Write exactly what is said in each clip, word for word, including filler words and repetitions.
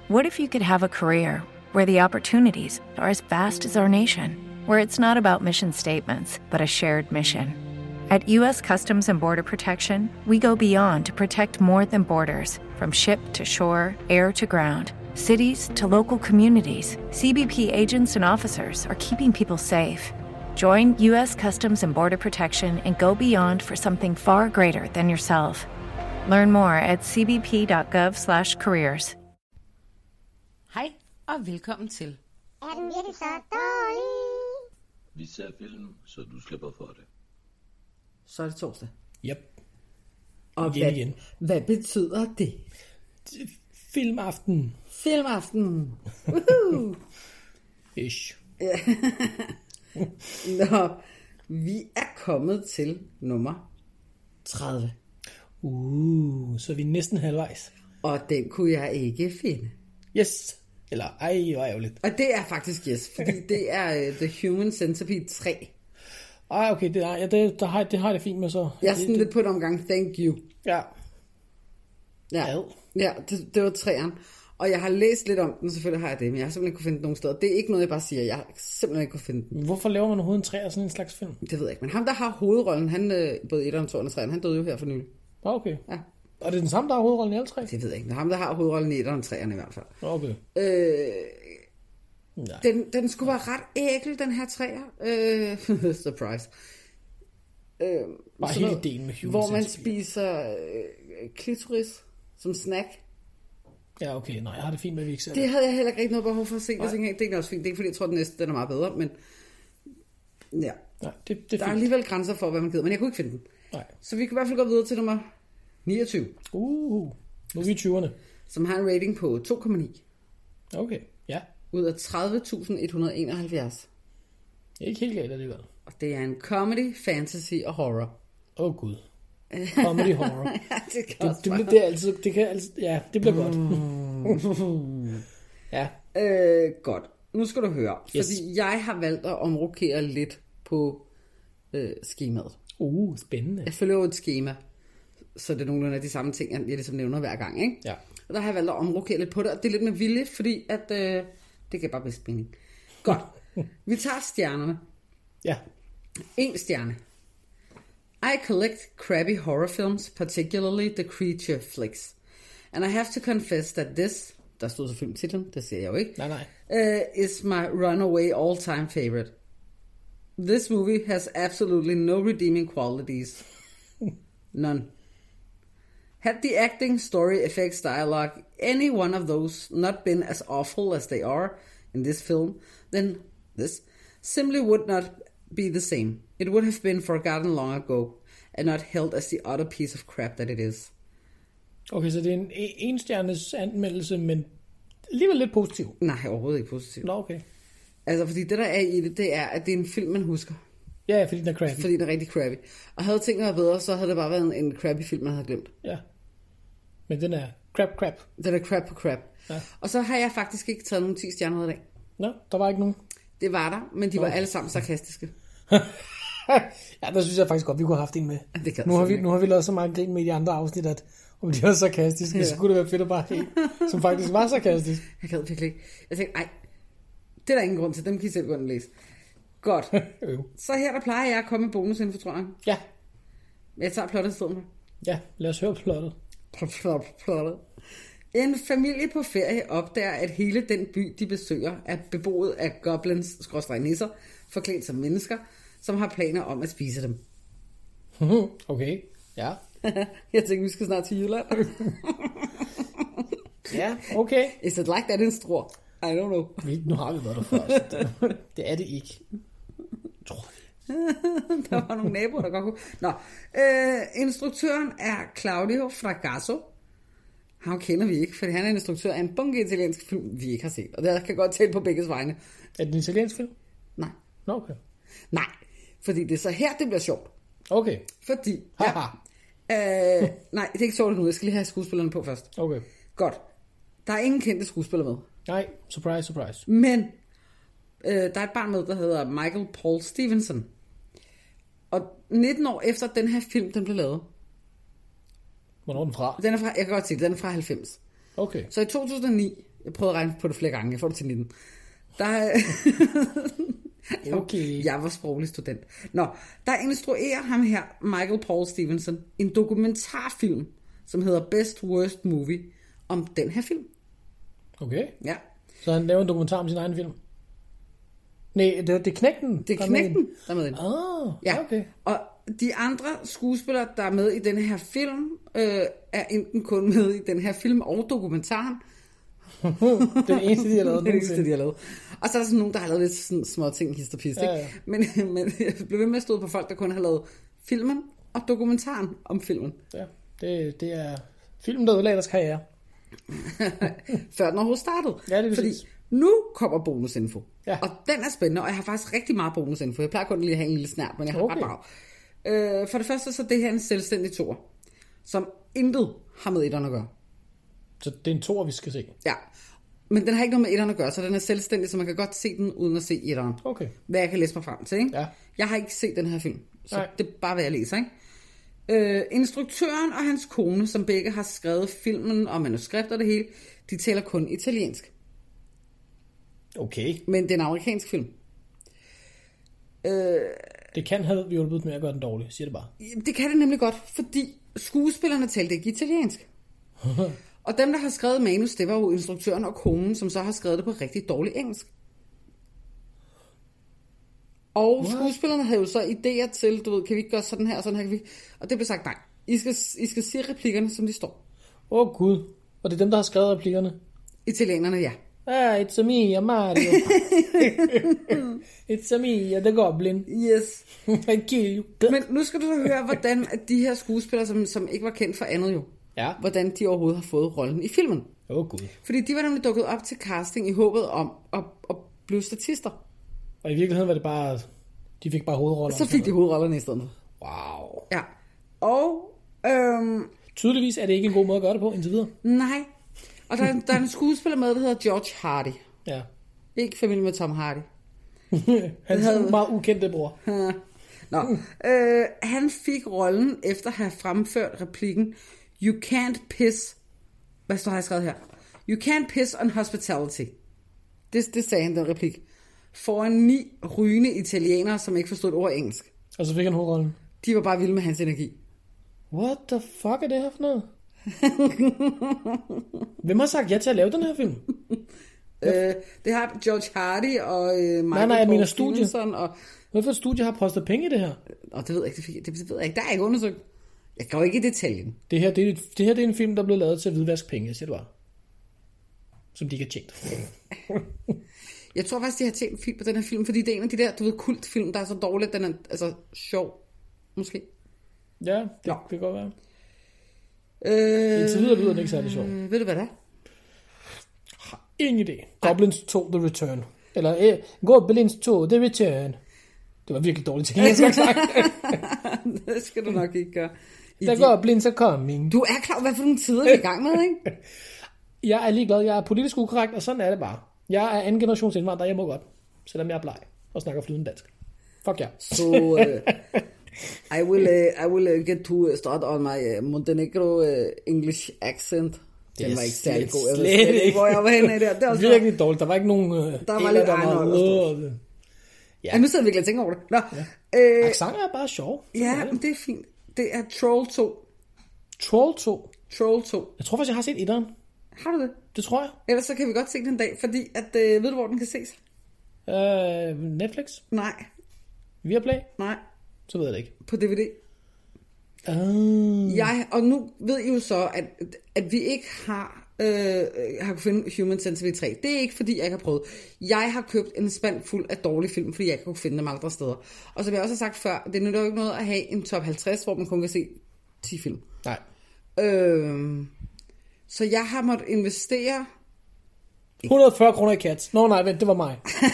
What if you could have a career where the opportunities are as vast as our nation, where it's not about mission statements, but a shared mission? At U S Customs and Border Protection, we go beyond to protect more than borders. From ship to shore, air to ground, cities to local communities, C B P agents and officers are keeping people safe. Join U S Customs and Border Protection and go beyond for something far greater than yourself. Learn more at c b p dot gov slash careers. Hej og velkommen til. Er den virkelig så dårlig? Vi ser film, så du slipper for det. Så er det torsdag. Yep. Og igen, hvad, igen. hvad betyder det? Filmaften. Filmaften. Woohoo! Ish. Nå, vi er kommet til nummer tredive. Uh, så er vi næsten halvvejs. Og den kunne jeg ikke finde. Yes. Eller ej, hvor ærgerligt. Og det er faktisk yes, fordi det er uh, The Human Centipede tre. Ej, okay, det, er, ja, det, der har, det har jeg det fint med så. Jeg er sådan det, lidt på et omgang, thank you. Ja. Ja, Ja. ja det, det var træeren. Og jeg har læst lidt om den, selvfølgelig har jeg det, men jeg har simpelthen ikke kunne finde den nogen steder. Det er ikke noget, jeg bare siger, jeg har simpelthen ikke kunne finde den. Hvorfor laver man overhovedet en tre af sådan en slags film? Det ved jeg ikke, men ham der har hovedrollen, han, både et og to og tre, han døde jo her for nylig. Okay. Ja. Og det er den samme, der har hovedrollen i alle tre? Det ved jeg ikke, men ham der har hovedrollen i et og treeren i hvert fald. Okay. Øh, Ja. den, den skulle være ret ækel, den her træer. Øh, surprise. Øh, Bare sådan hele noget, ideen med Human hvor man Centipede. spiser øh, klitoris som snack. Ja, okay. Nej, jeg har det fint med, at vi ikke ser Det det. havde jeg heller ikke rigtig noget behov for at se. Jeg tænkte, det er også fint. Det er ikke fordi, jeg tror, den næste den er meget bedre, men ja. Nej, det, det Der er er fint. alligevel grænser for, hvad man gider, men jeg kunne ikke finde den. Nej. Så vi kan i hvert fald gå videre til nummer niogtyve, Uh, nu er vi i tyverne. som har en rating på to komma ni Okay, ja. ud af tredive tusind et hundrede og enoghalvfjerds. Det er ikke helt galt alligevel. Og det er en comedy, fantasy og horror. Åh oh, gud. Comedy horror. Ja, det kan Det, også det, være. bliver, det, er altid, det kan altid, ja, det bliver godt. Ja. Øh, godt. Nu skal du høre. Yes. Fordi jeg har valgt at omrokere lidt på øh, skemaet. Uh, spændende. Jeg følger jo et skema, så det er nogenlunde af de samme ting, jeg ligesom nævner hver gang, ikke? Ja. Og der har jeg valgt at omrokere lidt på det, og det er lidt med vilje, fordi at, øh, det kan bare blive spænding. Godt. Vi tager stjernerne. Ja. En stjerne. I collect crappy horror films, particularly the creature flicks. And I have to confess that this, der stod så filmtitlen, det ser jeg jo ikke, Nej, nej. uh, is my runaway all-time favorite. This movie has absolutely no redeeming qualities. None. Had the acting, story, effects, dialogue, any one of those not been as awful as they are in this film, then this simply would not be the same. It would have been forgotten long ago, and not held as the utter piece of crap that it is. Okay, så det er en en stjernes anmeldelse, men alligevel lidt positiv. Nej, overhovedet ikke positivt. Nå, okay. Altså, fordi det der er i det, det er, at det er en film, man husker. Ja, fordi den er crappy. Fordi den er rigtig crappy. Og havde tingene været bedre, så havde det bare været en, en crappy film, man havde glemt. Ja. Men den er crap, crap. Den er crap på crap. Ja. Og så har jeg faktisk ikke taget nogen ti stjerner i dag. Nå, der var ikke nogen. Det var der, men de var Okay. alle sammen sarkastiske. Ja, der synes jeg faktisk godt, vi kunne have haft en med. Det kan Nu har, vi, jeg nu har vi lavet så meget grin med i de andre afsnit, at om de var sarkastiske, ja. Så kunne det være fedt at bare have en, som faktisk var sarkastisk. Jeg gad virkelig ikke. Jeg tænkte, ej, det er der ingen grund til. Dem kan I selv gå ind og læse. Godt. Jo. Så her der plejer jeg at komme med bonusinfo, tror jeg. Ja, Jeg tager plottet i stedet for. ja, lad os høre plottet. Plottet. En familie på ferie opdager, at hele den by, de besøger, er beboet af goblins-nisser, forklædt som mennesker, som har planer om at spise dem. Okay, ja. Jeg tænker, vi skal snart til Jylland. Ja, okay. Is it like that in Struer? I don't know. Vi, nu har vi været der før, så det, det er det ikke. Tror det. Der var nogle naboer, der godt kunne... Nå, øh, instruktøren er Claudio Fragasso. Ham kender vi ikke, for han er en instruktør af en bunke italiensk film, vi ikke har set. Og det kan godt tælle på begges vegne. Er det en italiensk film? Nej. Nå, okay. Nej, fordi det er så her, det bliver sjovt. Okay. Fordi... Haha. Ja, øh, nej, det er ikke sjovt nu. Jeg skal lige have skuespillerne på først. Okay. Godt. Der er ingen kendte skuespillere med. Nej, surprise, surprise. Men øh, der er et barn med, der hedder Michael Paul Stevenson. Og nitten år efter den her film, den blev lavet. Hvornår er den fra? Den er fra, jeg kan godt sige det, den er fra halvfems. Okay. Så i to tusind og ni, Jeg prøvede at regne på det flere gange. Jeg får det til nitten. Der er... Okay. Jeg var sproglig student. Nå, der instruerer ham her, Michael Paul Stevenson, en dokumentarfilm, som hedder Best Worst Movie, om den her film. Okay. Ja. Så han laver en dokumentar om sin egen film? Nej, det, det er Knægten. Det er Knægten, der er med ind. Ah, ja. Okay. Og de andre skuespillere, der er med i den her film, øh, er enten kun med i den her film og dokumentaren. Det er det eneste, de har lavet. Det er det eneste, de har lavet. Og så er der sådan nogen, der har lavet lidt sådan små ting, hist og pist, ja, ja. Men, men jeg blev ved med at stå på folk, der kun har lavet filmen og dokumentaren om filmen. Ja, det, det er filmen, der ødelagde deres karriere. Før den overhovedet startede. Ja, det er Fordi præcis. nu kommer bonusinfo. Ja. Og den er spændende, og jeg har faktisk rigtig meget bonusinfo. Jeg plejer kun lige at have en lille snært, men jeg har Okay. ret meget. Øh, for det første, så det her er en selvstændig toer, som intet har med etteren at gøre. Så det er en toer, vi skal se. Ja, men den har ikke noget med etteren at gøre, så den er selvstændig, så man kan godt se den uden at se etteren. Okay. Hvad jeg kan læse mig frem til, ikke? Ja. Jeg har ikke set den her film, så Nej. det er bare, hvad jeg læser, ikke? Øh, instruktøren og hans kone, som begge har skrevet filmen og manuskript og det hele, de taler kun italiensk. Okay. Men det er en amerikansk film. Øh, Det kan have hjulpet med at gøre den dårlig, siger det bare. det kan det nemlig godt, fordi skuespillerne talte ikke italiensk. Og dem, der har skrevet manus, det var jo instruktøren og konen, som så har skrevet det på rigtig dårlig engelsk. Og What? skuespillerne havde jo så idéer til, du ved, kan vi ikke gøre sådan her og sådan her, kan vi... Og det blev sagt, nej, I skal, I skal sige replikkerne, som de står. Åh oh, gud. Og det er dem, der har skrevet replikkerne. Italienerne, ja. Ah, it's a me, Mario. It's a me, the goblin. Yes. I kill you. Men nu skal du så høre, hvordan at de her skuespillere, som, som ikke var kendt for andet jo, Ja. hvordan de overhovedet har fået rollen i filmen. Åh oh, gud. Fordi de var nemlig dukket op til casting i håbet om at, at blive statister. Og i virkeligheden var det bare, de fik bare hovedroller. Så fik de hovedrollerne i stedet. Wow. Ja. Og, øhm, Tydeligvis er det ikke en god måde at gøre det på indtil videre. nej. Og der, er- der er en skuespiller med, der hedder George Hardy. Ja. Ikke familie med Tom Hardy. Hans havde- meget ukendte bror. Nå, øh, han fik rollen efter at have fremført replikken You can't piss. Hvad står jeg skrevet her? You can't piss on hospitality. Det, det sagde han, den replik. Foran ni rygende italienere, som ikke forstod et ord engelsk. Og så fik han hovedrollen. De var bare vilde med hans energi. What the fuck er det her for noget? Hvem har sagt ja til at lave den her film? Øh, det har George Hardy og øh, Michael nej, jeg Paul mener studie. Stevenson og... Hvorfor studie har postet penge i det her? Og det ved jeg ikke, det, fik, jeg- det ved jeg ikke. Der er ikke undersøgt. Jeg går ikke i detaljen. Det her, det, er, det her det er en film, der er blevet lavet til at hvidvaske penge, siger det bare. Som de ikke har tjent. Jeg tror faktisk, de har tjent fint på den her film, fordi det er en af de der, du ved, kultfilm, der er så dårligt, den er altså sjov, måske. Ja, det, Nå. det kan godt være. Øh, Indtil videre lyder den ikke særlig sjov. øh, ved du, hvad det er? Ingen idé. Goblins to The Return. Eller eh, Goblins to The Return. Det var virkelig dårligt til engelsk sagt. Det skal du nok ikke gøre. I The de... Goblins are coming. Du er klar over, hvad for nogle tider vi er i gang med, ikke? Jeg er ligeglad. Jeg er politisk ukorrekt, og sådan er det bare. Jeg er anden generations indvandrer, jeg må godt. Selvom jeg er bleg og snakker flydende dansk. Fuck ja. So, uh, I will, uh, I will uh, get to start on my uh, Montenegro uh, English accent. Den Det var er ikke særlig god. Jeg slet ved slet ikke, ikke. hvor jeg var henne i der. Det var også Virkelig dårligt. Der var ikke nogen... Uh, Der var lidt Arnold og Ja. Ja, nu sidder vi virkelig og tænker over det. Nå, ja. øh, Accenter er bare sjov. ja, men det er fint. Det er Troll to. Troll to. Troll to. Jeg tror faktisk, jeg har set etteren. Har du det? Det tror jeg. Ellers så kan vi godt se den en dag, fordi at, øh, ved du, hvor den kan ses? Uh, Netflix. Nej, Viaplay. nej, Så ved jeg det ikke. på D V D. Uh. Jeg, og nu ved I jo så, at, at vi ikke har, øh, har kunnet finde Human Centipede tre. Det er ikke, fordi jeg ikke har prøvet. Jeg har købt en spand fuld af dårlige film, fordi jeg ikke kunne finde dem andre steder. Og som jeg også har sagt før, det er jo ikke noget at have en top halvtreds, hvor man kun kan se ti film. Nej. Øh, så jeg har måttet investere... et hundrede og fyrre kroner i Cats. Nå nej, vent, det var mig.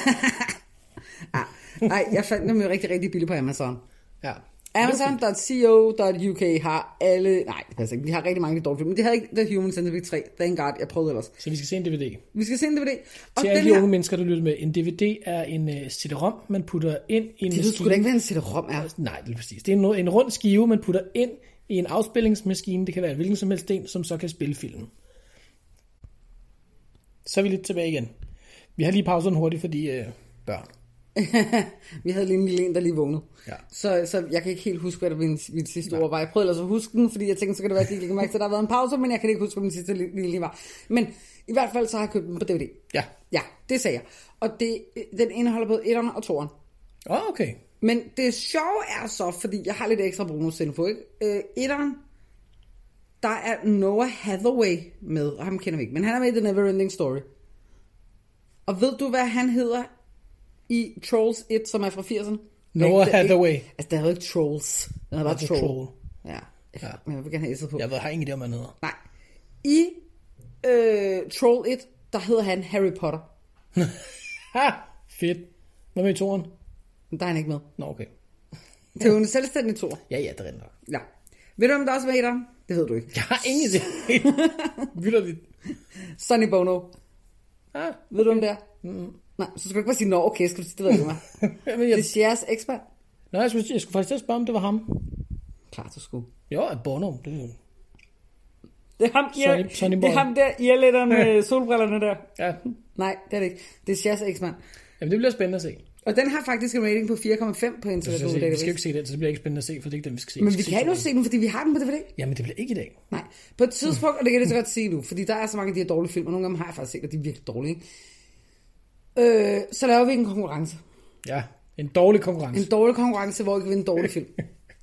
Ah, nej, jeg fandt dem jo rigtig, rigtig billigt på Amazon. Ja. Amazon punktum co punktum uk har alle... Nej, det passer ikke. De har rigtig mange dårlige film. Men de havde ikke The Human Centipede tre. Thank God, jeg prøvede ellers. Så vi skal se en D V D. Vi skal se en D V D. Og Til den alle de her... unge mennesker, der lytter med. En D V D er en uh, C D-rom, man putter ind i en Det ved sgu da ikke, hvad en C D-rom er. Nej, det er præcis. Det er en, en rund skive, man putter ind i en afspillingsmaskine. Det kan være hvilken som helst en, som så kan spille filmen. så er vi lidt tilbage igen. Vi har lige pauset den hurtigt, fordi øh, børn. Vi havde lige en lille en, der lige vågnede. Ja. Så, så jeg kan ikke helt huske, hvad der var min, min sidste ord var. Jeg prøvede ellers at huske den, fordi jeg tænkte, så kan det være, at de ikke kan mærke, at der har været en pause, men jeg kan ikke huske, hvad min sidste lille lige var. Men i hvert fald, så har jeg købt den på D V D. Ja. Ja, det sagde jeg. Og det, den indeholder både etteren og toeren. Åh, oh, okay. Men det sjove er så, fordi jeg har lidt ekstra bonusinfo, ikke? Øh, etteren, der er Noah Hathaway med, og ham kender vi ikke, men han er med i The Neverending Story. Og ved du, hvad han hedder i Trolls et, som er fra firserne? Noah Hathaway. Ikke, altså, der er jo ikke Trolls. Den er bare Altså Troll. Troll. Ja, Ja. men jeg vil gerne have S'et på. Jeg ved, har ingen idé, om han hedder. Nej. I øh, Troll et, der hedder han Harry Potter. Ha! Fedt. Hvad med i toren? Men der er han ikke med. Nå, okay. Det er jo en selvstændig tor. Ja, ja, det er rent nok. Ja. Ved du, om der også er med i der? Det ved du ikke. Jeg har ingen idé. Vitterligt. Sonny Bono. Ah, Ved du om det er? Mm. Nej, så skal du ikke bare sige, nå, okay, skal du sige, det ved jeg ikke mig. Jamen, Det jeg... er Cher's ekspert. Nå, jeg skulle, jeg skulle faktisk til at spørge, om det var ham. Klart, du skulle. Jo, at Bono. Det er jo... Det er ham, Sonny- Sonny det Bono. er ham der, irlætteren med solbrillerne der. Ja. Nej, det er det ikke. Det er Cher's eksmand. Jamen, det bliver spændende at se. Og den har faktisk en rating på fire komma fem på Jeg Internet synes, Movie vi skal jo Database. ikke se den, så det bliver ikke spændende at se, for det er ikke den, vi skal se. Men skal vi se kan jo toren. se den, fordi vi har den på D V D. Jamen, det bliver ikke i dag. Nej, på et tidspunkt, og det kan jeg så godt sige nu, fordi der er så mange af de her dårlige film, og nogle af dem har jeg faktisk set, og de er virkelig dårlige. Ikke? Øh, så laver vi en konkurrence. Ja, en dårlig konkurrence. En dårlig konkurrence, hvor vi kan vinde en dårlig film.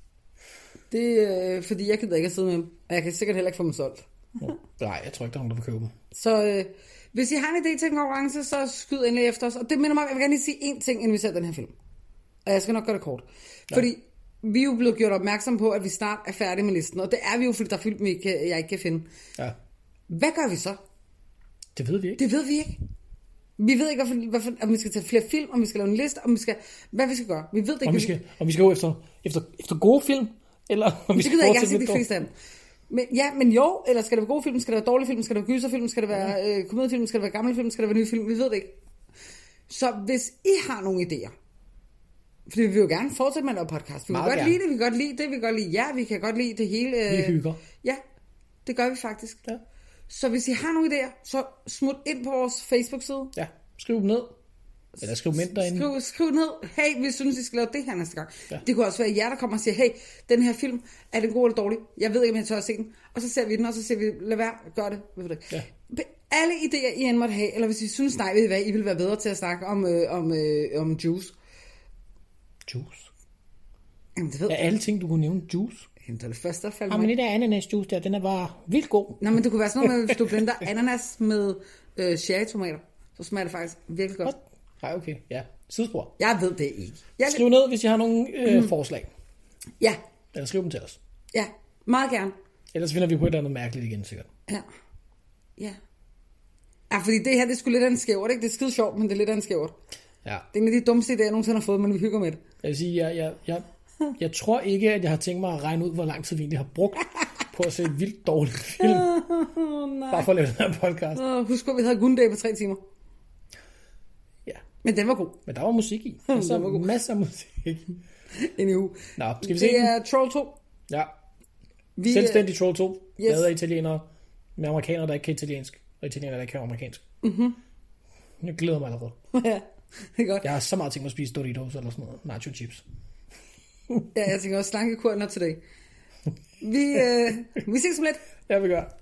Det er øh, fordi, jeg gider ikke at sidde med dem, og jeg kan sikkert heller ikke få dem solgt. Nej, jeg tror ikke, der er nogen, der vil købe dem. Så øh, hvis I har en idé til en konkurrence, så skyd endelig efter os. Og det minder mig om, jeg vil gerne lige sige én ting, inden vi ser den her film. Og jeg skal nok gøre det kort. Ja. Fordi vi er jo blevet gjort opmærksom på, at vi snart er færdige med listen. Og det er vi jo, fordi der er film, jeg ikke kan finde. Ja. Hvad gør vi så? Det ved vi ikke. Det ved vi ikke. Vi ved ikke, hvorfor, hvorfor, om vi skal tage flere film, om vi skal lave en liste, om vi skal, hvad vi skal gøre. Vi ved det ikke. Om vi skal, om vi skal gå efter, efter, efter gode film, eller om vi Det skal gider jeg ikke, jeg har fortsætte set de lidt fleste af dem. Men, ja, men jo, eller skal det være gode film, skal det være dårlige film, skal det være gyserfilm, skal det være øh, komediefilm, skal det være gamle film, skal det være nye film, vi ved det ikke. Så hvis I har nogle idéer, fordi vi vil jo gerne fortsætte med at lave podcast, vi kan Meget godt gerne. lide det, vi kan godt lide det, vi kan godt lide ja, vi kan godt lide det hele. Øh, Vi hygger. Ja, det gør vi faktisk. Ja. Så hvis I har nogle idéer, så smut ind på vores Facebook-side. Ja, skriv dem ned. Eller skriv dem ind derinde. Skriv, skriv ned, hey, vi synes, I skal lave det her næste gang. Ja. Det kunne også være jer, der kommer og siger, hey, den her film, er den god eller dårlig? Jeg ved ikke, om jeg tør at se den. Og så ser vi den, og så siger vi, lad være, gør det. Ved du det. Ja. Alle idéer, I end måtte have, eller hvis I synes, nej, ved I hvad, I vil være bedre til at snakke om, øh, om, øh, om juice. Juice. Jamen, det ved Ja, jeg. alle ting, du kunne nævne. Juice. Jamen, det er det første, der falder Ja, men mig. det der ananasjuice der, den er bare vildt god. Nå, men det kunne være sådan noget med, hvis du blender ananas med øh, cherrytomater, så smager det faktisk virkelig godt. What? Nej, okay. Ja. Sidespor. Jeg ved det ikke. Jeg, Skriv ned, hvis I har nogle øh, mm. forslag. ja, Eller skriv dem til os. ja, meget gerne. Ellers finder vi på et eller andet mærkeligt igen, sikkert. Ja. Ja. Ja, fordi det her, det er sgu lidt af en skævert, ikke? Det er skide sjovt, men det er lidt af en skævert. Ja. Det er en af de dummeste idéer, jeg nogensinde har fået, men vi hygger med det. Jeg vil sige, jeg, jeg, jeg, jeg tror ikke, at jeg har tænkt mig at regne ud, hvor lang tid vi egentlig har brugt på at se et vildt dårligt film. Åh, oh, nej. Bare for at lave den her podcast. Oh, husk på, at vi havde Gunday på tre timer. Ja. Men den var god. Men der var musik i. Altså, Den var god. masser af musik. Anywho. Nå, skal vi se Det den? er Troll to. Ja. Vi, Selvstændig Troll to. Yes. Lavet af italienere. Med amerikanere, der ikke kan italiensk. Og italienere, der ikke kan amerikansk. Mm-hmm. Jeg glæder mig allerede. ja, det er godt. Jeg har så meget ting at spise Doritos eller sådan noget. Nacho chips. Ja, jeg tænker også slankekur not today. Vi, øh, vi ses om lidt. Ja, vi gør.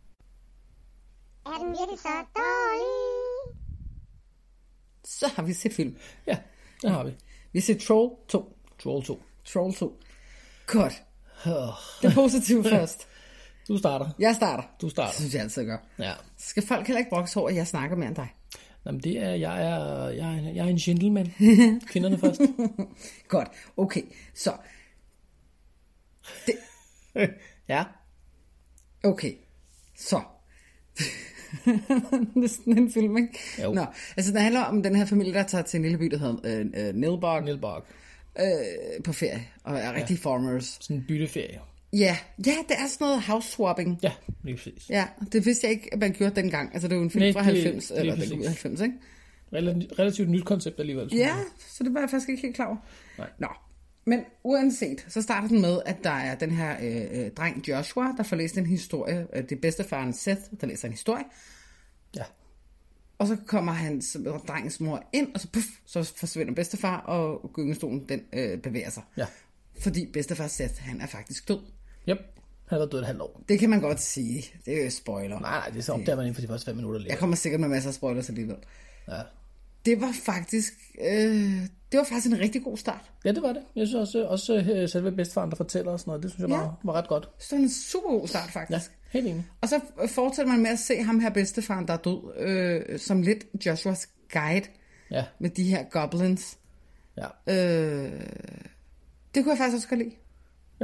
Er den virkelig så dårlig? Så har vi set film. Ja, det har vi. Vi har set Troll to. Troll to. Troll to. Godt. Det positive først. Du starter. Jeg starter. Du starter. Det synes jeg altid, jeg gør. Ja. Så skal folk heller ikke brokse over, at jeg snakker mere end dig. Jamen, det er, jeg er, jeg er, jeg er en gentleman. Kvinderne først. Godt. Okay. Så. Det, Ja. okay. Så. Det er sådan en film, ikke? Jo. Nå, altså det handler om den her familie, der tager til en lille by, der hedder øh, øh, Nilbog, Nilbog. øh, på ferie, og er rigtig ja. farmers. Sådan en bytteferie. Ja, ja, det er sådan noget house swapping. Ja, lige præcis. Ja, det vidste jeg ikke, at man gjorde dengang. Altså det er jo en film Nej, fra det- halvfems, lige eller den præcis. kom ud af halvfems, ikke? Relativt, relativt nyt koncept alligevel. Ja, så det var jeg faktisk ikke helt klar over. Nej. Nå, men uanset, så starter den med, at der er den her øh, øh, dreng Joshua, der får læst en historie. Øh, det er bedstefaren Seth, der læser en historie. Ja. Og så kommer hans drengens mor ind, og så, puff, så forsvinder bedstefar, og gyngestolen den øh, bevæger sig. Ja. Fordi bedstefar siger, at han er faktisk død. Yep. Han har været død et halvt år. Det kan man godt sige. Det er jo spoiler. Nej, nej, det er så opdager man inden for de første fem minutter. Jeg kommer sikkert med masser af spoilers alligevel. Ja. Det var faktisk øh, det var faktisk en rigtig god start. Ja, det var det. Jeg synes også, også uh, selve bedstefaren, der fortæller og sådan noget, det synes jeg Ja. var, var ret godt. Så det var en super god start faktisk. Ja, helt enig. Og så fortsætter man med at se ham her bedstefaren, der er død, øh, som lidt Joshuas guide Ja, med de her goblins. ja, Øh, det kunne jeg faktisk også godt lide. ja.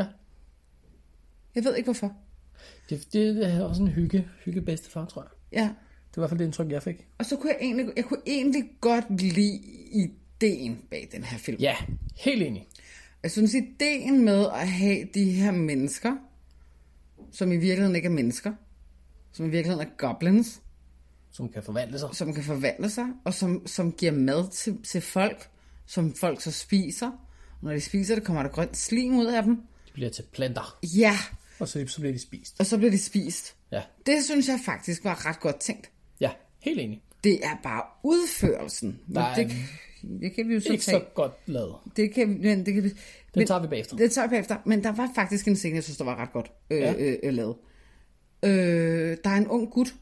Jeg ved ikke hvorfor. Det, det er også en hygge, hygge bedstefar, tror jeg. Ja. Det var i hvert fald det indtryk, jeg fik. Og så kunne jeg egentlig, jeg kunne egentlig godt lide ideen bag den her film. Ja, helt enig. Jeg synes, ideen med at have de her mennesker, som i virkeligheden ikke er mennesker, som i virkeligheden er goblins, Som kan forvandle sig. som kan forvandle sig, og som, som giver mad til, til folk, som folk så spiser. Og når de spiser det, kommer der grønt slim ud af dem. De bliver til planter, Ja, og så, så bliver de spist. og så bliver de spist. Ja, Det synes jeg faktisk var ret godt tænkt. ja, helt enig. Det er bare udførelsen. Men Der er det, det kan vi jo så Ikke tage. så godt lavet. Det kan, men det kan vi, Den men, tager vi bagefter. Det tager vi bagefter. Men der var faktisk en scene, jeg synes, der var ret godt øh, Ja. øh, øh, lavet. Øh, der er en ung gut,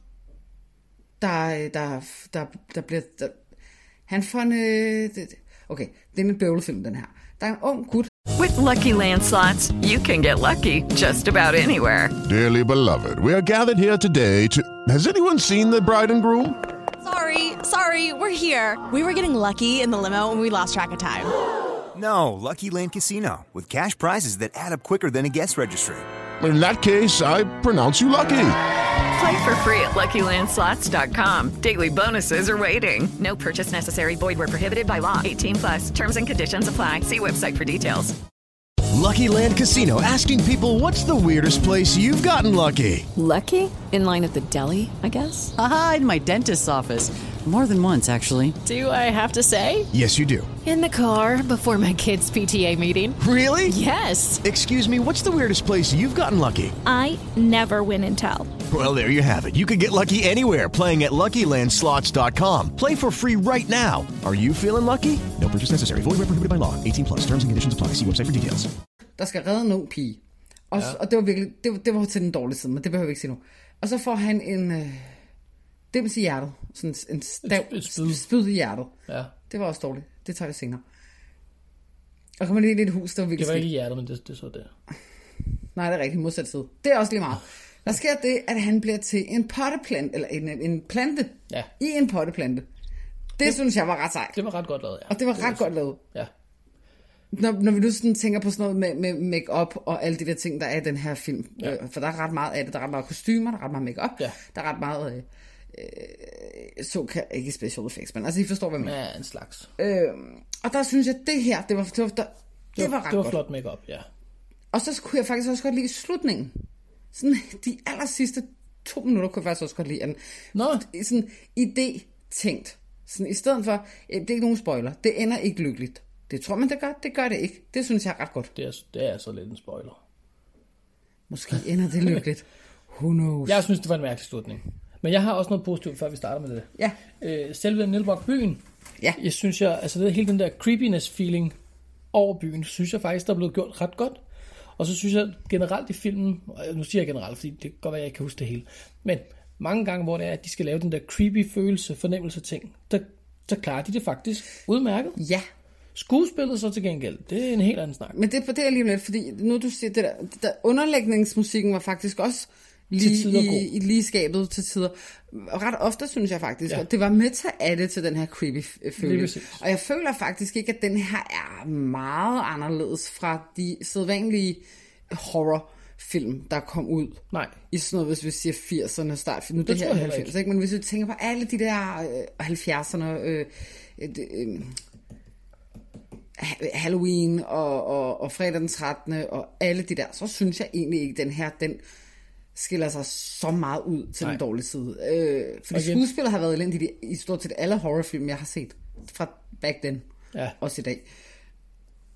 der, der, der, der bliver... Der, han får en... Øh, det- okay, det er en bøvlefilm, den her. Der er en ung gut. With Lucky Land Slots, you can get lucky just about anywhere. Dearly beloved, we are gathered here today to... Has anyone seen the bride and groom? Sorry, sorry, we're here. We were getting lucky in the limo and we lost track of time. No, Lucky Land Casino, with cash prizes that add up quicker than a guest registry. In that case, I pronounce you lucky. Play for free at lucky land slots dot com. Daily bonuses are waiting. No purchase necessary. Void where prohibited by law. eighteen plus. Terms and conditions apply. See website for details. Lucky Land Casino, asking people, what's the weirdest place you've gotten lucky? Lucky? In line at the deli, I guess? Aha, in my dentist's office. More than once, actually. Do I have to say? Yes, you do. In the car before my kids' P T A meeting. Really? Yes. Excuse me, what's the weirdest place you've gotten lucky? I never win and tell. Well, there you have it. You can get lucky anywhere, playing at lucky land slots dot com. Play for free right now. Are you feeling lucky? No purchase necessary. Void where prohibited by law. eighteen plus. Terms and conditions apply. See website for details. Der skal redde en ung pige. Og, ja. og det var virkelig, det, var- det var til den dårlige side, men det behøver vi ikke sige nu. Og så får han en øh, dims i hjertet. Sådan en stav, Et spyd. spyd i hjertet. Ja. Det var også dårligt. Det tager vi senere. Og kommer lige ind i et hus, der var Det virkelig var ikke skidt. i hjertet, men det, det så der. Nej, det er rigtigt. Modsat side. Det er også lige meget. Der sker det, at han bliver til en potteplante, eller en, en plante. Ja. I en potteplante. Det, det synes jeg var ret sejt. Det var ret godt lavet, ja. Og det var ret godt lavet. Ja. Når, når vi nu sådan tænker på sådan noget med, med make-up og alle de der ting, der er i den her film. Ja. Øh, for der er ret meget af det. Der er ret meget kostymer, der er ret meget make-up. Ja. Der er ret meget... Øh, øh, såkaldt, ikke special effects, men altså I forstår, hvad jeg mener. Ja, en slags. Øh, og der synes jeg, det her, det var, det var, der, det var ret Det var godt. flot make-up, ja. Og så kunne jeg faktisk også godt lide slutningen. Sådan de aller sidste to minutter kunne jeg faktisk også godt lide den. Nå. Sådan idé-tænkt. Sådan i stedet for, eh, det er ikke nogen spoiler, det ender ikke lykkeligt. Det tror man, det gør, det gør det ikke. Det synes jeg er ret godt. Det er, det er så lidt en spoiler. Måske ender det lykkeligt. Who knows? Jeg synes, det var en mærkelig slutning. Men jeg har også noget positivt, før vi starter med det. Ja. Øh, selve Nilbrock byen, ja. jeg synes, jeg, altså det, hele den der creepiness-feeling over byen, synes jeg faktisk, der er blevet gjort ret godt. Og så synes jeg generelt i filmen, og nu siger jeg generelt, fordi det kan godt være, jeg ikke kan huske det hele, men mange gange, hvor det er, at de skal lave den der creepy følelse, fornemmelse ting, der, der klarer de det faktisk udmærket. Ja. Skuespillet så til gengæld, det er en helt anden snak. Men det, det er lige lidt, fordi nu du siger, det der, det der underlægningsmusikken var faktisk også lige i, i lige skabet til tider. Ret ofte synes jeg faktisk, ja. At det var med til at adde til den her creepy følelse. Og jeg føler faktisk ikke, at den her er meget anderledes fra de sædvanlige horrorfilm, der kom ud. Nej. I sådan noget, hvis vi siger firserne, start, nu det, det her halvfems, ikke? Men hvis vi tænker på alle de der øh, halvfjerdserne, øh, øh, Halloween og, og, og fredag den trettende og alle de der, så synes jeg egentlig ikke, den her, den skiller sig så meget ud til Nej. Den dårlige side. Øh, fordi okay. Skuespillet har været elendigt i, i stort set alle horrorfilm, jeg har set fra back then, ja. Også i dag.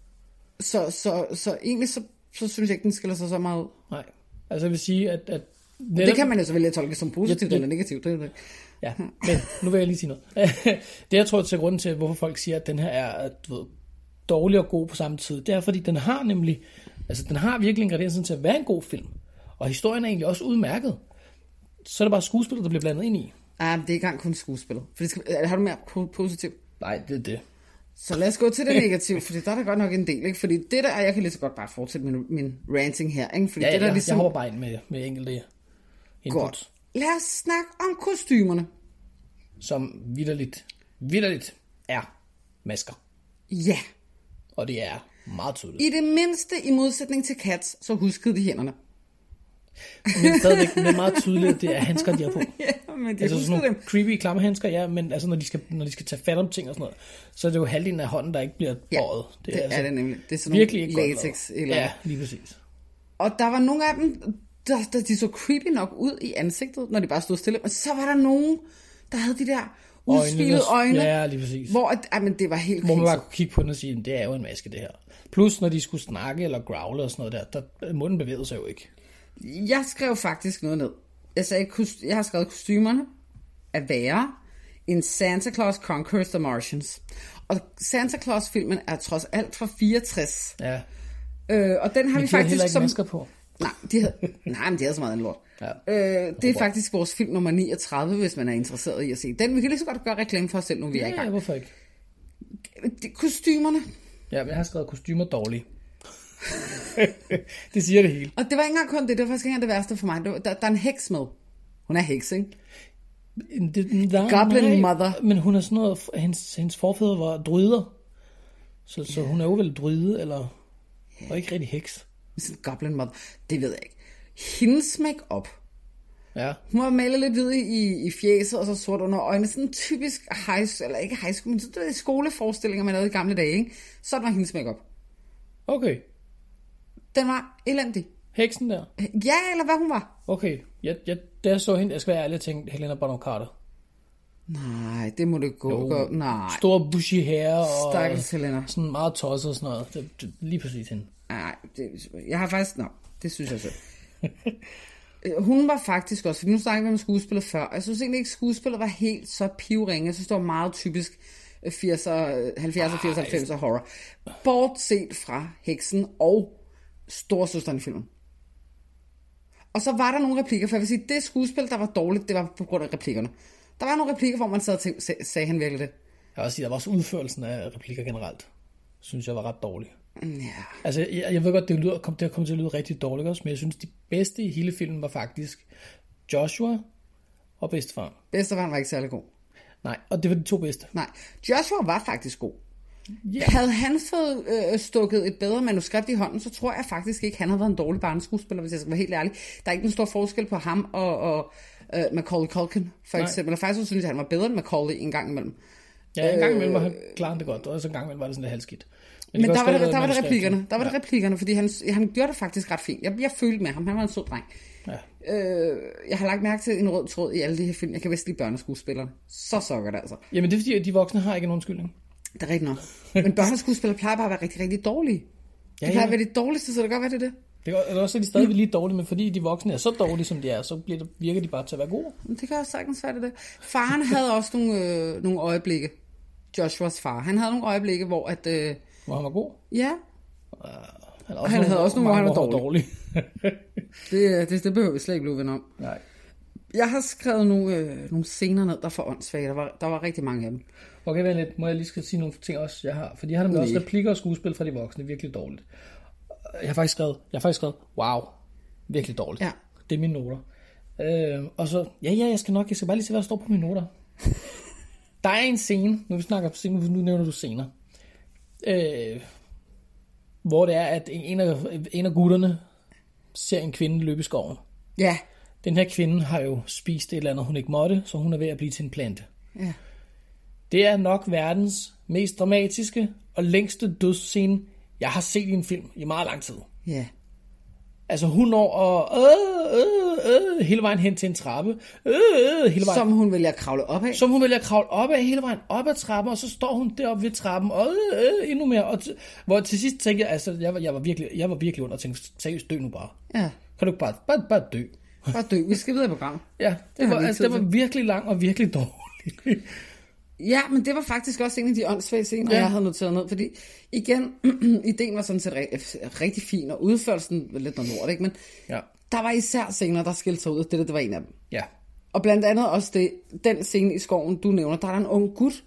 Så, så, så egentlig så, så synes jeg ikke, den skiller sig så meget ud. Nej, altså jeg vil sige, at, at Netop, det kan man jo så vælge at tolke som positivt ja, eller negativt. Det er det. Ja, men nu vil jeg lige sige noget. Det jeg tror til grunden til, hvorfor folk siger, at den her er du ved, dårlig og god på samme tid, det er fordi den har nemlig, altså den har virkelig ingrediensen til at være en god film. Og historien er egentlig også udmærket. Så er det bare skuespillet, der bliver blandet ind i. Ah, det er ikke engang kun skuespillet. For det skal, har du mere positivt? Nej, det er det. Så lad os gå til det negative, fordi der er der godt nok en del, ikke? Fordi det der, jeg kan lige så godt bare fortsætte min, min ranting her, ikke? Fordi ja, det der ja, ligesom... jeg hopper bare ind med, med enkelte input. Godt. Lad os snakke om kostymerne. Som vitterligt, vitterligt er masker. Ja. Og det er meget tydeligt. I det mindste, i modsætning til Cats, så huskede de hænderne. Men stadigvæk, det er meget tydeligt, det er handsker, de har på. Ja, men de altså sådan nogle dem. creepy, klamme handsker, ja, men altså når de, skal, når de skal tage fat om ting og sådan noget, så er det jo halvdelen af hånden, der ikke bliver bøjet. Ja, det, det er, altså er det nemlig. Det er sådan virkelig nogle latex. Eller... Ja, lige præcis. Og der var nogle af dem, der, der de så creepy nok ud i ansigtet, når de bare stod stille. Men så var der nogen, der havde de der udspilede øjne. Ja, lige præcis. Hvor at, ah, men det var helt hvor man bare kunne kigge på den og sige, det er jo en maske, det her. Plus, når de skulle snakke eller growle og sådan noget der, der munden bevægede sig jo ikke. Jeg skrev faktisk noget ned. Jeg, sagde, jeg har skrevet kostymerne at være en Santa Claus Conquers the Martians. Og Santa Claus-filmen er trods alt fra fireogtres. Ja. Øh, og den har men vi de faktisk heller ikke som... masker på. Nej, de havde... Nej, men de havde så meget en lort. Ja. Øh, det er faktisk vores film nummer niogtredive, hvis man er interesseret i at se den. Vi kan lige så godt gøre reklame for os selv, nu vi ja, er i gang. Ja, hvorfor ikke? De, kostymerne. Ja, men jeg har skrevet kostymer dårlige. Det siger det hele. Og det var ikke engang kun det, det var faktisk ikke engang det værste for mig. Der, der, der er en heks med. Hun er heks, ikke? Det, der, Goblin nej, Mother. Men hun er sådan noget, hendes, hendes forfædre var druider. Så, så hun er jo vel druide, eller yeah. Og ikke rigtig heks. Sådan Goblin Mother, det ved jeg ikke. Hendes make-up. Ja. Hun var malet lidt hvid i, i fjeset, og så sort under øjnene. Sådan typisk high, eller ikke high school, men det er skoleforestillinger, man havde i gamle dage, ikke? Sådan var hendes make-up. Okay. Den var elendig. Heksen der? Ja, eller hvad hun var. Okay, jeg, jeg, da jeg så hende, jeg skal være ærlig, jeg tænkte Helena Bonham Carter. Nej, det må du gå. gå. Nej. Stor bushy hair og Stakkels Helena. Sådan meget tosset og sådan noget. Det, det, lige præcis hende. Nej, det, jeg har faktisk... Nå, det synes jeg så. Hun var faktisk også... For nu snakker vi om skuespillet før. Og jeg synes egentlig ikke, skuespillet var helt så pivringe. Jeg synes, det var meget typisk firser, halvfjerds, firs, halvfems horror. Bortset fra heksen og storesøsteren i filmen. Og så var der nogle replikker, for jeg vil sige, det skuespil, der var dårligt, det var på grund af replikkerne. Der var nogle replikker, hvor man sad og tænkte, sag, sagde han virkelig det? Jeg vil også sige, der var også udførelsen af replikker generelt, synes jeg var ret dårlig. Ja. Altså, jeg, jeg ved godt, det, lyder, kom, det kom til at lyde rigtig dårligt også, men jeg synes, de bedste i hele filmen var faktisk Joshua og bedstefaren. Bedstefaren var ikke særlig god. Nej, og det var de to bedste. Nej, Joshua var faktisk god. Yeah. Havde han fået øh, stukket et bedre manuskript i hånden, så tror jeg faktisk ikke, han havde været en dårlig barneskuespiller, hvis jeg skal være helt ærlig. Der er ikke en stor forskel på ham og, og øh, Macaulay Culkin, for eksempel. Og faktisk synes jeg, han var bedre end Macaulay en gang imellem. Ja, en gang imellem var han klarede det godt, og så en gang imellem var det sådan lidt halvskidt. Men, Men der var, det, der var det replikkerne, der var ja. det replikkerne, fordi han, han gjorde det faktisk ret fint. Jeg, jeg følte med ham, han var en sød dreng. Ja. Øh, jeg har lagt mærke til en rød tråd i alle de her film. Jeg kan vist lide børneskuespillere. Så sukker det altså. Jamen det er fordi, at de voksne har ikke en undskyldning. Det er rigtigt nok. Men børneskuespillere plejer bare at være rigtig, rigtig dårlige. Ja, de plejer ja. at være de dårligste, så det kan godt være det det. Det er også, at de stadig lige dårlige, men fordi de voksne er så dårlige, som de er, så bliver det, virker de bare til at være gode. Det kan også sagtens være det det. Faren havde også nogle, øh, nogle øjeblikke. Joshuas far. Han havde nogle øjeblikke, hvor at... Øh, hvor han var god? Ja. Uh, han og han havde også nogle, hvor han var dårlig. dårlig. det, det, det behøver vi slet ikke blive venner om. Nej. Jeg har skrevet nogle, øh, nogle scener ned, der for åndssvage. Der var, der var rigtig mange af dem. Okay, vent lidt. Må jeg lige skal sige nogle ting også, jeg har? Fordi jeg har nemlig også replikker og skuespil fra de voksne. Virkelig dårligt. Jeg har faktisk skrevet, jeg har faktisk skrevet, wow. Virkelig dårligt. Ja. Det er mine noter. Øh, og så, ja, ja, jeg skal nok, jeg skal bare lige se, hvad der står på mine noter. Der er en scene, nu vi snakker på nu, nu nævner du scener, øh, hvor det er, at en af, en af gutterne ser en kvinde løbe i skoven. Ja. Den her kvinde har jo spist et eller andet, hun ikke måtte, så hun er ved at blive til en plante. Ja. Det er nok verdens mest dramatiske og længste dødsscene, jeg har set i en film i meget lang tid. Ja. Altså hun når og øh, øh, øh, hele vejen hen til en trappe. Øh, øh, hele vejen. Som hun vælger at kravle op af. Som hun vælger at kravle op af hele vejen op ad trappen, og så står hun deroppe ved trappen, og øh, øh, endnu mere. Og t- hvor til sidst tænkte jeg, altså jeg var, jeg var virkelig, jeg var virkelig under og tænkte, seriøst dø nu bare. Ja. Kan du ikke bare, bare, bare dø? Bare dø, vi skal videre i programmet. Ja, det, det, var, altså, det var virkelig lang og virkelig dårlig. Ja, men det var faktisk også en af de åndssvage scener, ja. Jeg havde noteret ned, fordi igen, ideen var sådan set rigtig fin, og udførelsen var lidt noget lort, ikke? Men ja. Der var især scener, der skilte sig ud, og det der, det var en af dem. Ja. Og blandt andet også det, den scene i skoven, du nævner, der er der en ung gut,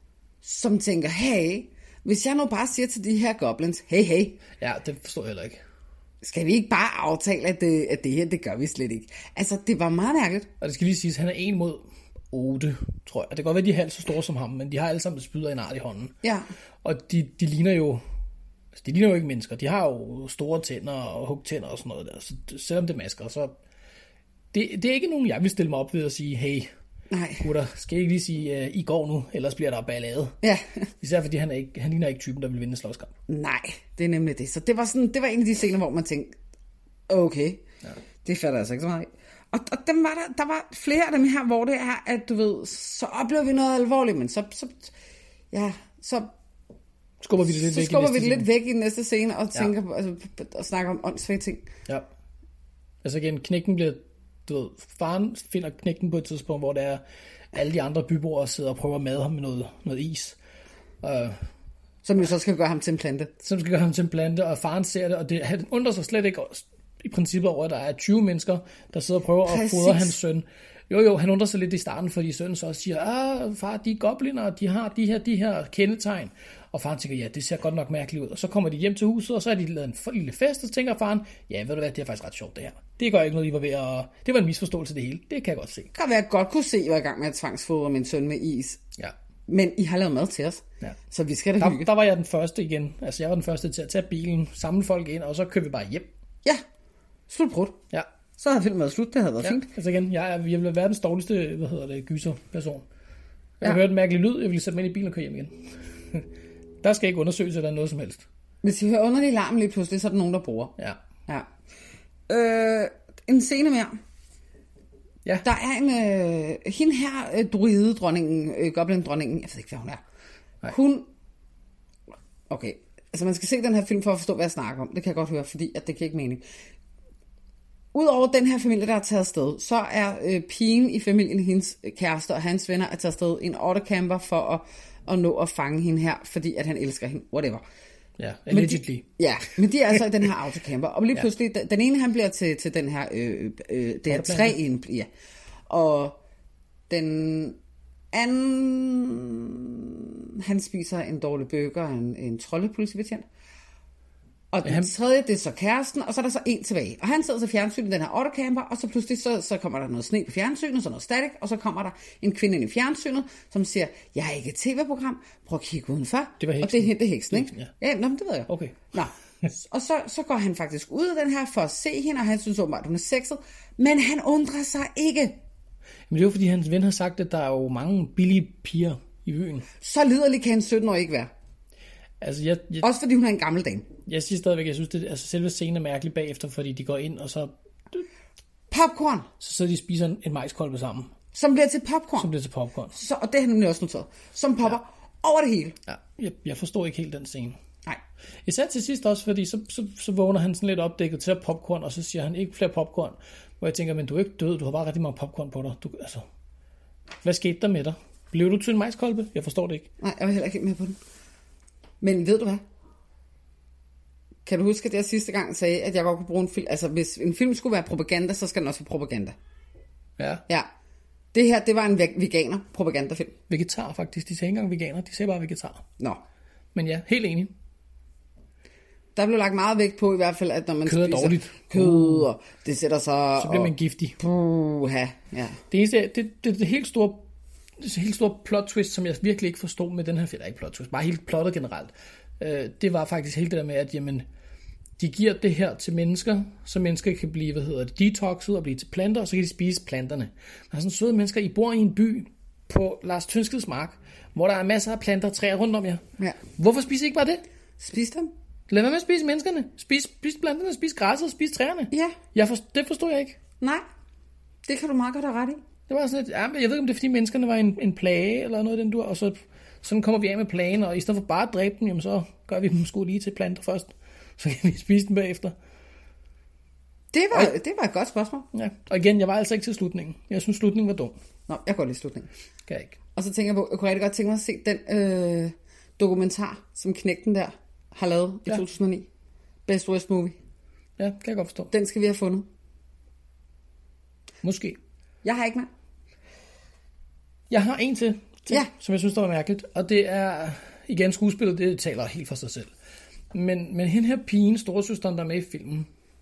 som tænker, hey, hvis jeg nu bare siger til de her goblins, hey, hey. Ja, det forstår jeg heller ikke. Skal vi ikke bare aftale, at det, at det her, det gør vi slet ikke. Altså, det var meget mærkeligt. Og det skal lige siges, han er en mod otte, tror jeg. Det kan godt være, de er halvt så store som ham, men de har alle sammen spyd og en art i hånden. Ja. Og de, de ligner jo, altså de ligner jo ikke mennesker. De har jo store tænder og hugtænder og sådan noget der. Så selvom det er masker, så det, det er ikke nogen, jeg vil stille mig op ved at sige, hey, nej, gutter, skal jeg ikke lige sige, uh, I går nu, ellers bliver der ballade. Ja. Især fordi han, er ikke, han ligner ikke typen, der vil vinde en slåskamp. Nej, det er nemlig det. Så det var, sådan, det var en af de scener, hvor man tænkte, okay, ja. Det fatter altså ikke så meget af. Og, og dem var der, der var flere af dem her, hvor det er, at du ved, så oplever vi noget alvorligt, men så, så ja, så skubber vi det lidt, så væk, skubber i vi det lidt scene. væk i den næste scene, og tænker, ja. altså, og snakker om åndssvage ting. Ja. Altså igen, knækken bliver, du ved, faren finder knækken på et tidspunkt, hvor der er alle de andre byboere sidder og prøver at made ham med noget, noget is. Uh, som jo så skal gøre ham til en plante. Som skal gøre ham til en plante, og faren ser det, og det, han undrer sig slet ikke i princippet over, at der er tyve mennesker, der sidder og prøver Præcis. at fodre hans søn. Jo, jo, han undrer sig lidt i starten, fordi sønnen så også siger, ah, far, de er gobliner, de har de her, de her kendetegn. Og faren tænker, ja, det ser godt nok mærkeligt ud. Og så kommer de hjem til huset, og så er de lavet en lille fest, og så tænker faren, ja, ved du hvad, det er faktisk ret sjovt det her. Det gør ikke noget, I var ved at... Det var en misforståelse det hele, det kan jeg godt se. Det kan være, at jeg godt kunne se, at jeg var i gang med at tvangsfodre min søn med is. Ja. Men I har lavet mad til os, ja. Så vi skal da der, hygge. Der var jeg den første igen. Altså, jeg var den første til at tage bilen, samle folk ind, og så kører vi bare hjem. Ja, slutbrud. Ja. Så har filmen været slut, det havde været ja. fint. Altså igen, jeg er, jeg vil være verdens dårligste, hvad hedder det, gyserperson. Jeg ja. har hørt en mærkelig lyd, jeg vil sætte mig ind i bilen og køre hjem igen. Der skal ikke undersøges eller noget som helst. Hvis I hører underlig larm lige pludselig, så er der nogen, der bruger. Ja. Ja. Øh, en scene mere. Ja. Der er en, øh, hende her, øh, druide-dronningen, øh, goblin-dronningen, jeg ved ikke, hvad hun er. Nej. Hun, okay, altså man skal se den her film for at forstå, hvad jeg snakker om. Det kan jeg godt høre, fordi at det kan ikke mening. Udover den her familie, der er taget afsted, så er øh, pigen i familien, hendes kæreste og hans venner, er taget afsted en autocamper for at, at nå at fange hende her, fordi at han elsker hende, whatever. Ja, allegedly. De, ja, men de er altså i den her autocamper, og lige pludselig, ja. den ene han bliver til, til den her, øh, øh, det her træ, ja, og den anden, han spiser en dårlig burger, en, en troldepolitibetjent. Og den tredje, det er så kæresten, og så er der så en tilbage. Og han sidder så fjernsynet i den her autocamper, og så pludselig så, så kommer der noget sne på fjernsynet, så noget static, og så kommer der en kvinde ind i fjernsynet, som siger, jeg er ikke et tv-program, prøv at kigge udenfor. Det var heksen. Og det, det er heksen, ikke? Ja, ja nå, men det ved jeg. Okay. Nå. Og så, så går han faktisk ud af den her for at se hende, og han synes åbenbart, hun er sexet, men han undrer sig ikke. Men det er jo fordi, hans ven har sagt, at der er jo mange billige piger i byen. Så liderlig kan en sytten-årig ikke være. Altså, jeg, jeg, også fordi hun er en gammel dame. Jeg siger stadigvæk, jeg synes, det, altså selve scenen er mærkelig bagefter, fordi de går ind, og så... Popcorn! Så sidder de og spiser en, en majskolbe sammen. Som bliver til popcorn. Som bliver til popcorn. Så, og det har han nemlig også noteret. Som popper ja. over det hele. Ja, jeg, jeg forstår ikke helt den scene. Nej. Især til sidst også, fordi så, så, så vågner han sådan lidt opdækket til popcorn, og så siger han ikke flere popcorn. Hvor jeg tænker, men du er ikke død, du har bare rigtig mange popcorn på dig. Du, altså, hvad skete der med dig? Blev du til en majskolbe? Jeg forstår det ikke. Nej, jeg var heller ikke med på den. Men ved du hvad? Kan du huske, at jeg sidste gang sagde, at jeg godt kunne bruge en film... Altså, hvis en film skulle være propaganda, så skal den også være propaganda. Ja. Ja. Det her, det var en veganer-propagandafilm. Vegetar faktisk. De sagde ikke engang veganer, de sagde bare vegetar. Nå. Men ja, helt enig. Der blev lagt meget vægt på i hvert fald, at når man kød spiser dårligt. kød, og det sætter sig... Så bliver man og, giftig. Puha, ja. Det eneste, det, det, det, det helt store... Det helt store plot twist, som jeg virkelig ikke forstod med den her film, ikke plot twist, bare helt plottet generelt, øh, det var faktisk helt det der med, at jamen, de giver det her til mennesker, så mennesker kan blive, hvad hedder det, detoxet og blive til planter, og så kan de spise planterne. Der er sådan søde mennesker, I bor i en by på Lars Tønskeds mark, hvor der er masser af planter og træer rundt om jer. Ja. Hvorfor spiser I ikke bare det? Spis dem. Lad være med at spise menneskerne. Spis, spis planterne, spis græsset, spis træerne. Ja. Jeg for, det forstod jeg ikke. Nej, det kan du meget godt have ret i. Det var sådan et, ja, jeg ved ikke, om det er, fordi menneskerne var en, en plage, eller noget af den dur, og så sådan kommer vi af med plagen, og i stedet for bare at dræbe dem, jamen så gør vi dem sgu lige til planter først, så kan vi spise dem bagefter. Det var, og, det var et godt spørgsmål. Ja, og igen, jeg var altså ikke til slutningen. Jeg synes, slutningen var dum. Nå, jeg går lige slutningen. Kan jeg ikke. Og så tænker jeg på, jeg kunne rigtig godt tænke mig at se den øh, dokumentar, som Knægten der har lavet i ja. to tusind og ni. Best Worst Movie. Ja, kan jeg godt forstå. Den skal vi have fundet. Måske. Jeg har ikke med. Jeg har en til, til ja. som jeg synes, der var mærkeligt. Og det er, igen, skuespillet, det taler helt for sig selv. Men, men hende her pigen, storesøsteren, der er med i filmen,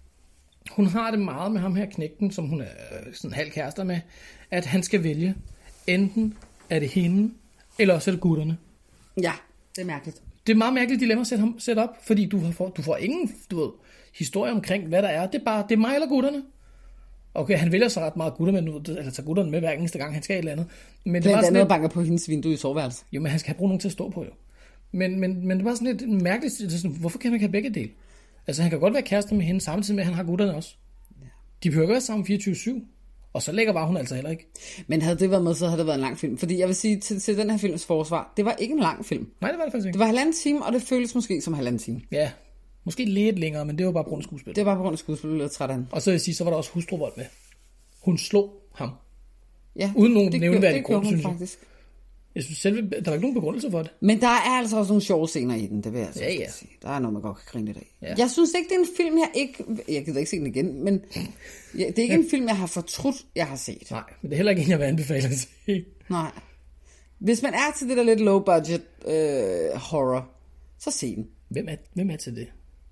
hun har det meget med ham her Knægten, som hun er sådan halv kærester med, at han skal vælge. Enten er det hende, eller også er det gutterne. Ja, det er mærkeligt. Det er meget mærkeligt dilemma at sætte, ham, sætte op, fordi du får, du får ingen du ved, historie omkring, hvad der er. Det er bare, det er mig eller gutterne. Okay, han vælger så ret meget gutter, men altså tager gutterne med hver eneste gang, han skal et eller andet. Men det, det er bare noget, der banker på hendes vindue i soveværelset. Jo, men han skal have brugt nogen til at stå på, jo. Men, men, men det var sådan lidt mærkeligt. Det sådan, hvorfor kan man ikke have begge dele? Altså, han kan godt være kæreste med hende, samtidig med, at han har gutterne også. De behøver ikke være sammen fireogtyve syv. Og så lækker var hun altså heller ikke. Men havde det været med, så havde det været en lang film. Fordi jeg vil sige, til, til den her films forsvar, det var ikke en lang film. Nej, det var det faktisk ikke. Det var halvanden time, og det føles måske som halvanden time. Ja, måske lidt længere, men det var bare på grund af skuespil. Det var bare på grund af skuespil, jeg blev træt af. Og så vil jeg sige, så var der også hustruvold med. Hun slog ham. Ja, uden nogen det nævneværdig gjorde, grund, det synes jeg. faktisk. Jeg synes selv, der var ikke nogen begrundelse for det. Men der er altså også nogle sjove scener i den, det vil jeg altså ja, ja. sige. Der er noget, man godt kan grine lidt af. Ja. Jeg synes ikke, det er en film, jeg ikke... Jeg gider ikke se den igen, men ja, det er ikke en film, jeg har fortrudt, jeg har set. Nej, men det er heller ikke en, jeg vil anbefale at se. Nej. Hvis man er til det der lidt low budget øh, horror, så se den. Hvem er, hvem er til det?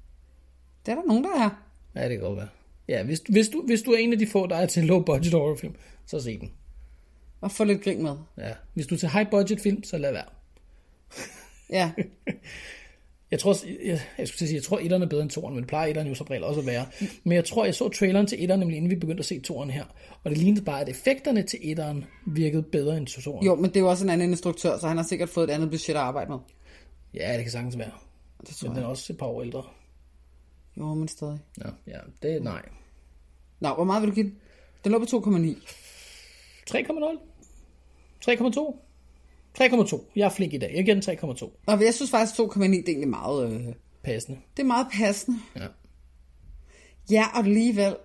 Det er der nogen, der er. Ja, det kan godt være. Ja, hvis, hvis, du, hvis du er en af de få, der er til low budget horrorfilm, så se den. Og få lidt grin med. Ja, hvis du er til high budget film, så lad være. Ja. jeg tror, jeg, jeg skulle sige, jeg tror, etteren er bedre end toeren, men det plejer etteren jo så regel også at være. Men jeg tror, jeg så traileren til etteren, nemlig inden vi begyndte at se toeren her. Og det lignede bare, at effekterne til etteren virkede bedre end toeren. Jo, men det er jo også en anden instruktør, så han har sikkert fået et andet budget at arbejde med. Ja, det kan sagtens være. Det men den er også et par år ældre. Jo, men stadig. Ja, ja, det er nej. Nå, hvor meget vil du give den? Den lå på to komma ni. tre komma nul. tre komma to. tre komma to. Jeg er flink i dag. Jeg giver den tre komma to. Og jeg synes faktisk, to komma ni det er egentlig meget... Øh... Passende. Det er meget passende. Ja. Ja, og alligevel...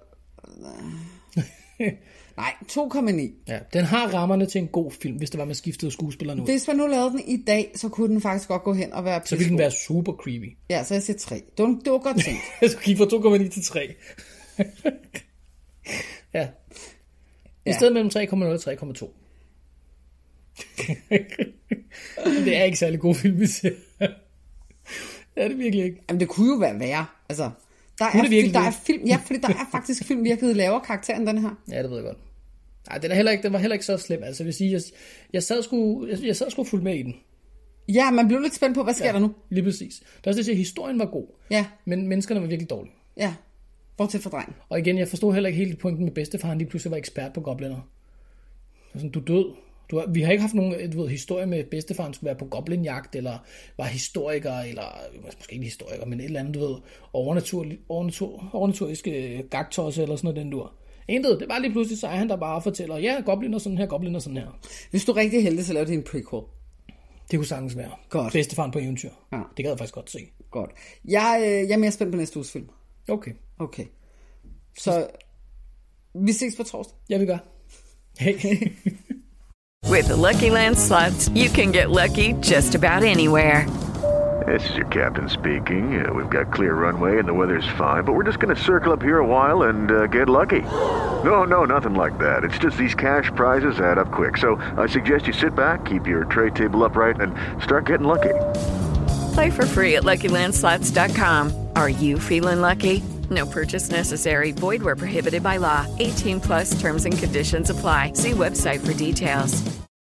Nej, to komma ni. Ja, den har rammerne til en god film, hvis det var, man skiftede skuespillerne ud. Hvis man nu lavede den i dag, så kunne den faktisk godt gå hen og være... Så ville den være super creepy. Ja, så jeg siger tre. Det var, det var godt tænkt. Jeg skulle kigge fra to komma ni til tre. Ja. I stedet mellem tre komma nul og tre komma to. Det er ikke særlig god film, vi ser. Det er det virkelig ikke. Jamen, det kunne jo være værre. Altså, der er, det virkelig der er film, ja, fordi der er faktisk film virkelig lavere karakter end den her. Ja, det ved jeg godt. Nej, den er heller ikke, den var heller ikke så slem. Altså, jeg vil sige, jeg, jeg sad sgu, jeg, jeg sad sgu fuldt med i den. Ja, man blev lidt spændt på, hvad sker ja, der nu? Lige præcis. Det er også det, at sige, historien var god. Ja. Men menneskerne var virkelig dårlige. Ja. Bortset fra drengen. Og igen, jeg forstod heller ikke helt pointen med bedstefaren, lige pludselig var ekspert på gobliner. Altså, du død. Du har, vi har ikke haft nogen du ved, historie med, at bedstefaren skulle være på goblinjagt, eller var historiker, eller måske ikke historiker, men et eller andet, du ved, overnaturlig, overnatur, overnaturliske gagtosse, eller sådan noget, den dur. Intet, det var lige pludselig, så er han der bare og fortæller, ja, gobliner sådan her, gobliner sådan her. Hvis du er rigtig heldig, så laver det en prequel. Det kunne sagtens være. Godt. Bedstefaren på eventyr. Ja. Det gad jeg faktisk godt se. Godt. Jeg, øh, jeg er mere spændt på næste uges film. Okay. Okay. Så vi ses på torsdag. Ja, vi gør. Hey. With the Lucky Land Slots, you can get lucky just about anywhere. This is your captain speaking. Uh, we've got clear runway and the weather's fine, but we're just going to circle up here a while and uh, get lucky. No, no, nothing like that. It's just these cash prizes add up quick. So I suggest you sit back, keep your tray table upright, and start getting lucky. Play for free at lucky land slots dot com. Are you feeling lucky? No purchase necessary. Void where prohibited by law. eighteen plus terms and conditions apply. See website for details.